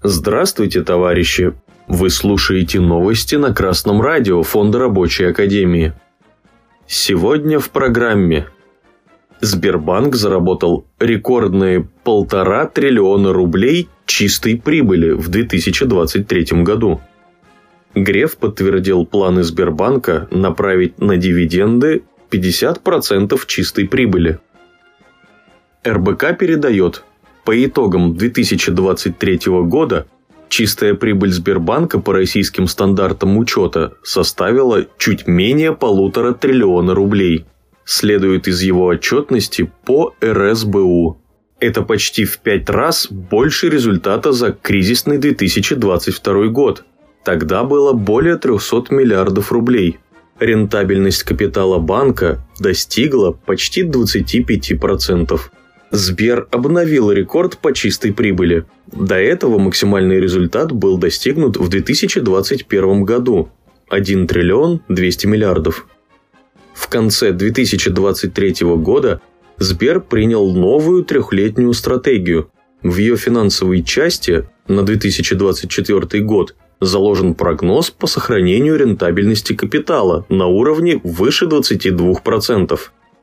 Здравствуйте, товарищи! Вы слушаете новости на Красном радио Фонда Рабочей Академии. Сегодня в программе. Сбербанк заработал рекордные 1,5 триллиона рублей чистой прибыли в 2023 году. Греф подтвердил планы Сбербанка направить на дивиденды 50% чистой прибыли. РБК передает: по итогам 2023 года чистая прибыль Сбербанка по российским стандартам учета составила чуть менее 1,5 триллиона рублей. Следует из его отчетности по РСБУ. Это почти в 5 раз больше результата за кризисный 2022 год. Тогда было более 300 миллиардов рублей. Рентабельность капитала банка достигла почти 25%. Сбер обновил рекорд по чистой прибыли. До этого максимальный результат был достигнут в 2021 году – 1 триллион 200 миллиардов. В конце 2023 года Сбер принял новую трехлетнюю стратегию. В ее финансовой части на 2024 год заложен прогноз по сохранению рентабельности капитала на уровне выше 22%.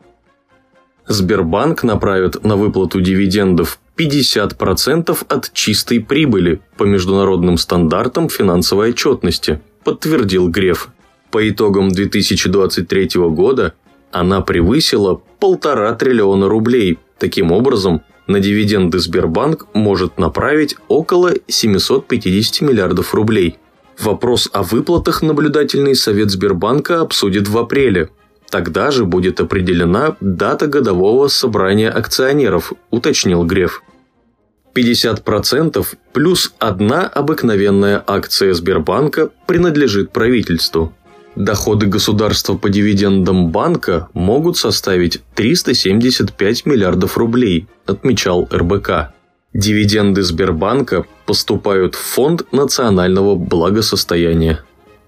Сбербанк направит на выплату дивидендов 50% от чистой прибыли по международным стандартам финансовой отчетности, подтвердил Греф. По итогам 2023 года она превысила 1,5 триллиона рублей. Таким образом, на дивиденды Сбербанк может направить около 750 миллиардов рублей. Вопрос о выплатах наблюдательный совет Сбербанка обсудит в апреле. Тогда же будет определена дата годового собрания акционеров, уточнил Греф. 50% плюс одна обыкновенная акция Сбербанка принадлежит правительству. Доходы государства по дивидендам банка могут составить 375 миллиардов рублей, отмечал РБК. Дивиденды Сбербанка поступают в Фонд национального благосостояния.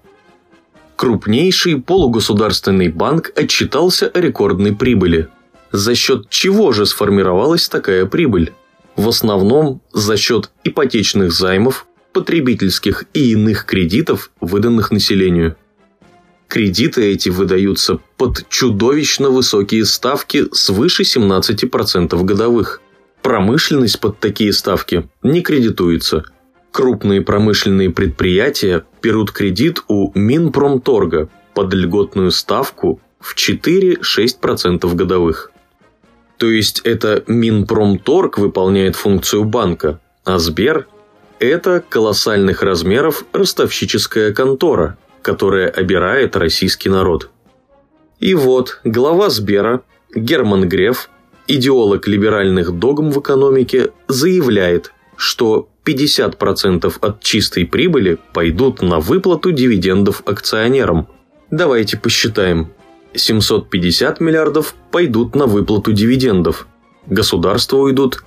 Крупнейший полугосударственный банк отчитался о рекордной прибыли. За счет чего же сформировалась такая прибыль? В основном за счет ипотечных займов, потребительских и иных кредитов, выданных населению. Кредиты эти выдаются под чудовищно высокие ставки свыше 17% годовых. Промышленность под такие ставки не кредитуется. Крупные промышленные предприятия берут кредит у Минпромторга под льготную ставку в 4-6% годовых. То есть это Минпромторг выполняет функцию банка, а Сбер – это колоссальных размеров ростовщическая контора, которая обирает российский народ. И вот глава Сбера Герман Греф, идеолог либеральных догм в экономике, заявляет, что 50% от чистой прибыли пойдут на выплату дивидендов акционерам. Давайте посчитаем. 750 миллиардов пойдут на выплату дивидендов. Государству уйдут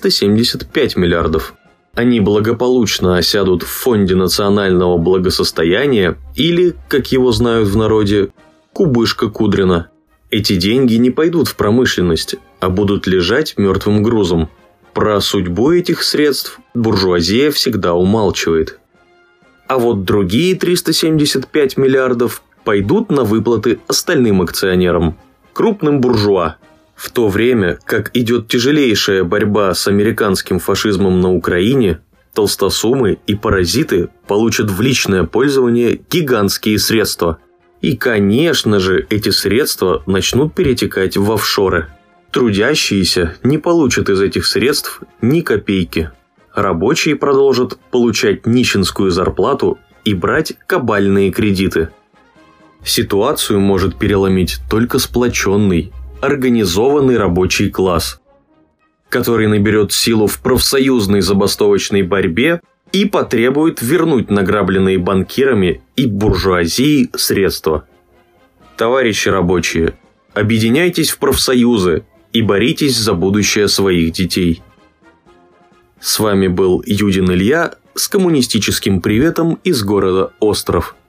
375 миллиардов. Они благополучно осядут в Фонде национального благосостояния или, как его знают в народе, кубышка Кудрина. Эти деньги не пойдут в промышленность, а будут лежать мертвым грузом. Про судьбу этих средств буржуазия всегда умалчивает. А вот другие 375 миллиардов пойдут на выплаты остальным акционерам, крупным буржуа. В то время, как идет тяжелейшая борьба с американским фашизмом на Украине, толстосумы и паразиты получат в личное пользование гигантские средства. И, конечно же, эти средства начнут перетекать в офшоры. Трудящиеся не получат из этих средств ни копейки. Рабочие продолжат получать нищенскую зарплату и брать кабальные кредиты. Ситуацию может переломить только сплоченный, организованный рабочий класс, который наберет силу в профсоюзной забастовочной борьбе и потребует вернуть награбленные банкирами и буржуазией средства. Товарищи рабочие, объединяйтесь в профсоюзы и боритесь за будущее своих детей. С вами был Юдин Илья с коммунистическим приветом из города Остров.